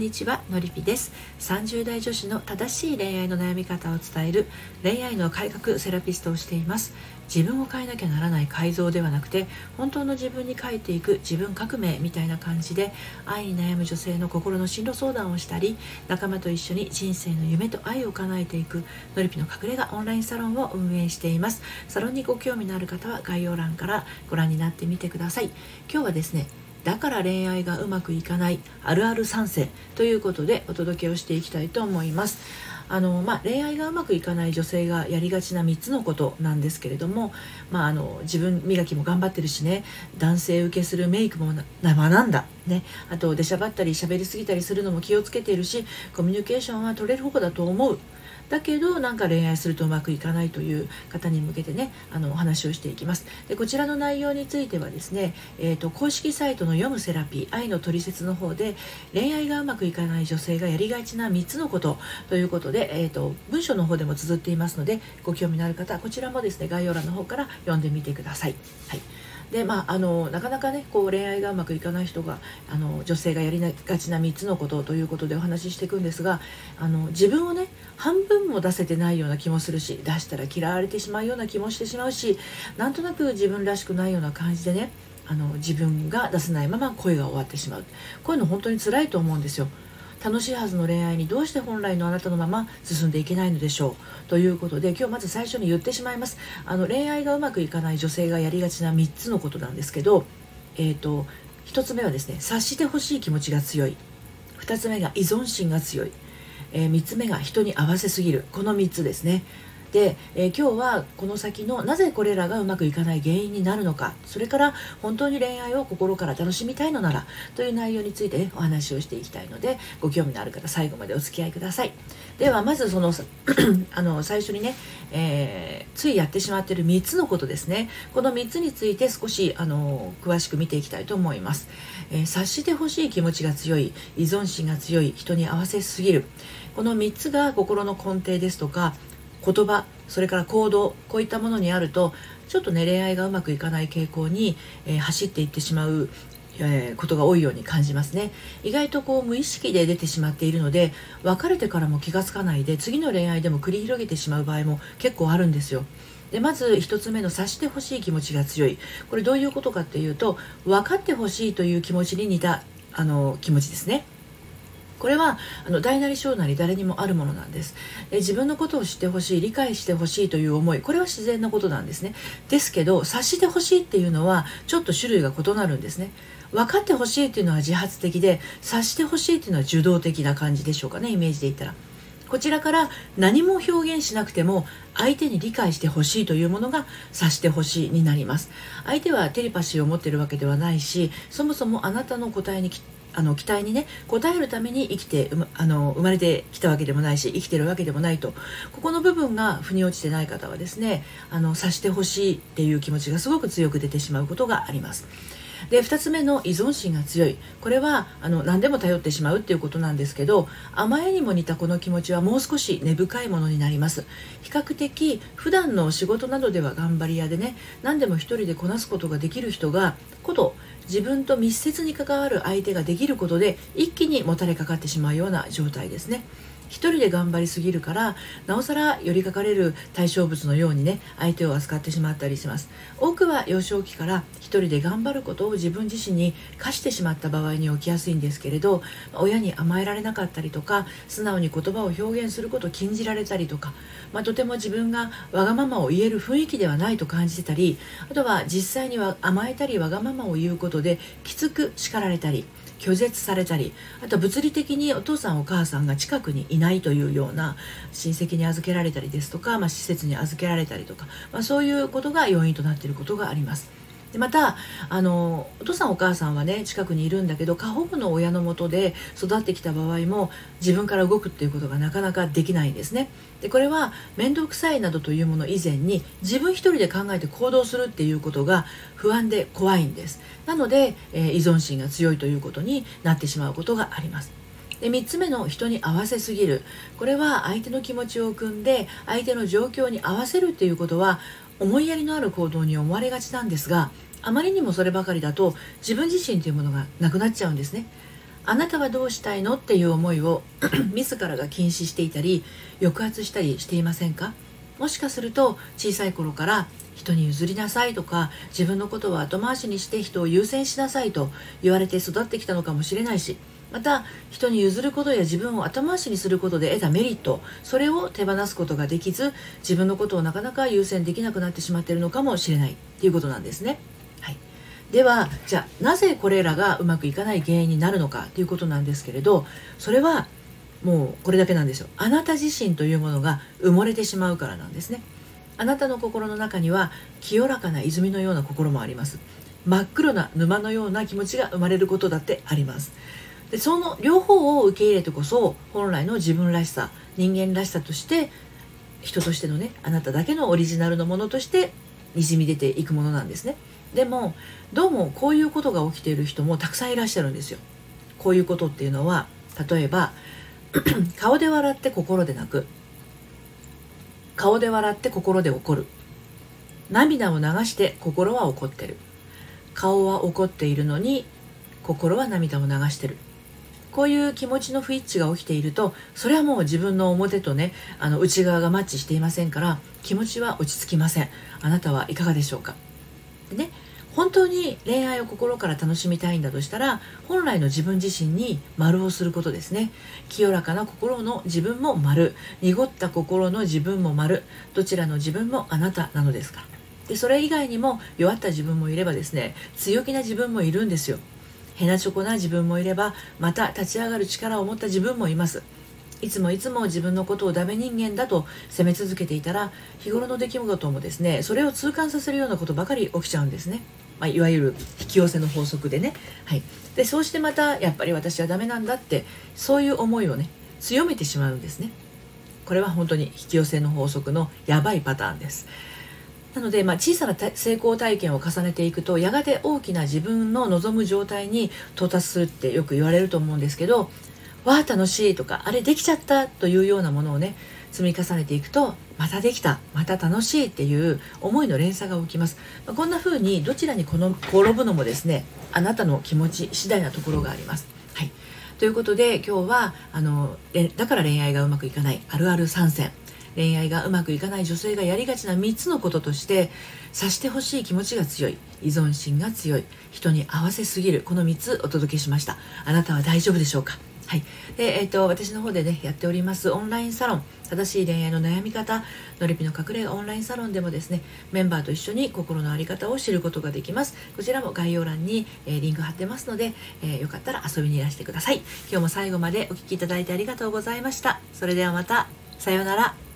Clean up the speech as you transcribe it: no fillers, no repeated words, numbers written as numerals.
にちは、のりぴです。30代女子の正しい恋愛の悩み方を伝える恋愛の改革セラピストをしています。自分を変えなきゃならない改造ではなくて、本当の自分に変えていく自分革命みたいな感じで、愛に悩む女性の心の進路相談をしたり、仲間と一緒に人生の夢と愛を叶えていくのりぴの隠れ家オンラインサロンを運営しています。サロンにご興味のある方は概要欄からご覧になってみてください。今日はですね、だから恋愛がうまくいかないあるある3選ということでお届けをしていきたいと思います。恋愛がうまくいかない女性がやりがちな3つのことなんですけれども、自分磨きも頑張ってるしね、男性受けするメイクも学んだね、あと出しゃばったり喋りすぎたりするのも気をつけているし、コミュニケーションは取れる方だと思う。だけど恋愛するとうまくいかないという方に向けてね、お話をしていきます。でこちらの内容についてはですね、公式サイトの読むセラピー愛のトリセツの方で、恋愛がうまくいかない女性がやりがちな3つのことということで、文章の方でも綴っていますので、ご興味のある方はこちらもですね、概要欄の方から読んでみてください。はい。でなかなかね、恋愛がうまくいかない人が女性がやりがちな3つのことということでお話ししていくんですが、自分をね半分も出せてないような気もするし、出したら嫌われてしまうような気もしてしまうし、なんとなく自分らしくないような感じでね、自分が出せないまま恋が終わってしまう。こういうの本当に辛いと思うんですよ。楽しいはずの恋愛にどうして本来のあなたのまま進んでいけないのでしょうということで、今日まず最初に言ってしまいます。恋愛がうまくいかない女性がやりがちな3つのことなんですけど、1つ目はですね、察してほしい気持ちが強い。2つ目が依存心が強い。3つ目が人に合わせすぎる。この3つですね。で、今日はこの先のなぜこれらがうまくいかない原因になるのか、それから本当に恋愛を心から楽しみたいのならという内容について、ね、お話をしていきたいので、ご興味のある方最後までお付き合いください。ではまずその最初にね、ついやってしまっている3つのことですね。この3つについて少し詳しく見ていきたいと思います。察してほしい気持ちが強い、依存心が強い、人に合わせすぎる、この3つが心の根底ですとか、言葉、それから行動、こういったものにあると、ちょっとね恋愛がうまくいかない傾向に、走っていってしまう、ことが多いように感じますね。意外と無意識で出てしまっているので、別れてからも気がつかないで次の恋愛でも繰り広げてしまう場合も結構あるんですよ。でまず1つ目の察してほしい気持ちが強い、これどういうことかっていうと、分かってほしいという気持ちに似た気持ちですね。これは大なり小なり誰にもあるものなんです。自分のことを知ってほしい、理解してほしいという思い、これは自然なことなんですね。ですけど察してほしいっていうのはちょっと種類が異なるんですね。分かってほしいっていうのは自発的で、察してほしいっていうのは受動的な感じでしょうかね、イメージで言ったら。こちらから何も表現しなくても相手に理解してほしいというものが察してほしいになります。相手はテレパシーを持っているわけではないし、そもそもあなたの答えに期待にね応えるために生まれてきたわけでもないし、生きてるわけでもないと、ここの部分が腑に落ちてない方はですね、察してほしいっていう気持ちがすごく強く出てしまうことがあります。で2つ目の依存心が強い、これは何でも頼ってしまうっていうことなんですけど、甘えにも似たこの気持ちはもう少し根深いものになります。比較的普段の仕事などでは頑張り屋でね、何でも一人でこなすことができる人が自分と密接に関わる相手ができることで一気にもたれかかってしまうような状態ですね。一人で頑張りすぎるから、なおさら寄りかかれる対象物のようにね相手を扱ってしまったりします。多くは幼少期から一人で頑張ることを自分自身に課してしまった場合に起きやすいんですけれど、親に甘えられなかったりとか、素直に言葉を表現することを禁じられたりとか、とても自分がわがままを言える雰囲気ではないと感じてたり、あとは実際には甘えたりわがままを言うことできつく叱られたり拒絶されたり、あと物理的にお父さんお母さんが近くにいないというような親戚に預けられたりですとか、施設に預けられたりとか、そういうことが要因となっていることがあります。でまたお父さんお母さんはね近くにいるんだけど、過保護の親の下で育ってきた場合も自分から動くっていうことがなかなかできないんですね。でこれは面倒くさいなどというもの以前に、自分一人で考えて行動するっていうことが不安で怖いんです。なので、依存心が強いということになってしまうことがあります。で3つ目の人に合わせすぎる、これは相手の気持ちを汲んで相手の状況に合わせるっていうことは思いやりのある行動に思われがちなんですが、あまりにもそればかりだと自分自身というものがなくなっちゃうんですね。 あなたはどうしたいのっていう思いを自らが禁止していたり抑圧したりしていませんか？もしかすると小さい頃から人に譲りなさいとか、自分のことは後回しにして人を優先しなさいと言われて育ってきたのかもしれないし、また人に譲ることや自分を後回しにすることで得たメリット、それを手放すことができず、自分のことをなかなか優先できなくなってしまっているのかもしれないということなんですね。はい、ではじゃあなぜこれらがうまくいかない原因になるのかということなんですけれど、それはもうこれだけなんですよ。あなた自身というものが埋もれてしまうからなんですね。あなたの心の中には清らかな泉のような心もあります。真っ黒な沼のような気持ちが生まれることだってあります。でその両方を受け入れてこそ本来の自分らしさ、人間らしさとして、人としてのね、あなただけのオリジナルのものとしてにじみ出ていくものなんですね。でもどうもこういうことが起きている人もたくさんいらっしゃるんですよ。こういうことっていうのは、例えば顔で笑って心で泣く、顔で笑って心で怒る、涙を流して心は怒ってる、顔は怒っているのに心は涙を流してる。こういう気持ちの不一致が起きていると、それはもう自分の表とね、内側がマッチしていませんから、気持ちは落ち着きません。あなたはいかがでしょうか？でね、本当に恋愛を心から楽しみたいんだとしたら、本来の自分自身に丸をすることですね。清らかな心の自分も丸、濁った心の自分も丸、どちらの自分もあなたなのですから。でそれ以外にも弱った自分もいればですね、強気な自分もいるんですよ。へなちょこな自分もいれば、また立ち上がる力を持った自分もいます。いつも自分のことをダメ人間だと責め続けていたら、日頃の出来事もですね、それを痛感させるようなことばかり起きちゃうんですね。いわゆる引き寄せの法則でね。はい、でそうしてまたやっぱり私はダメなんだって、そういう思いをね強めてしまうんですね。これは本当に引き寄せの法則のやばいパターンです。なので、小さな成功体験を重ねていくと、やがて大きな自分の望む状態に到達するってよく言われると思うんですけど、わあ楽しいとか、あれできちゃったというようなものをね積み重ねていくと、またできた、また楽しいっていう思いの連鎖が起きます。こんな風にどちらに転ぶのもですね、あなたの気持ち次第なところがあります。はい、ということで今日はだから恋愛がうまくいかないあるある3選、恋愛がうまくいかない女性がやりがちな3つのこととして、察してほしい気持ちが強い、依存心が強い、人に合わせすぎる、この3つお届けしました。あなたは大丈夫でしょうか？はい、で私の方でねやっておりますオンラインサロン、正しい恋愛の悩み方のりぴの隠れ家オンラインサロンでもですね、メンバーと一緒に心の在り方を知ることができます。こちらも概要欄に、リンク貼ってますので、よかったら遊びにいらしてください。今日も最後までお聞きいただいてありがとうございました。それではまた、さようなら。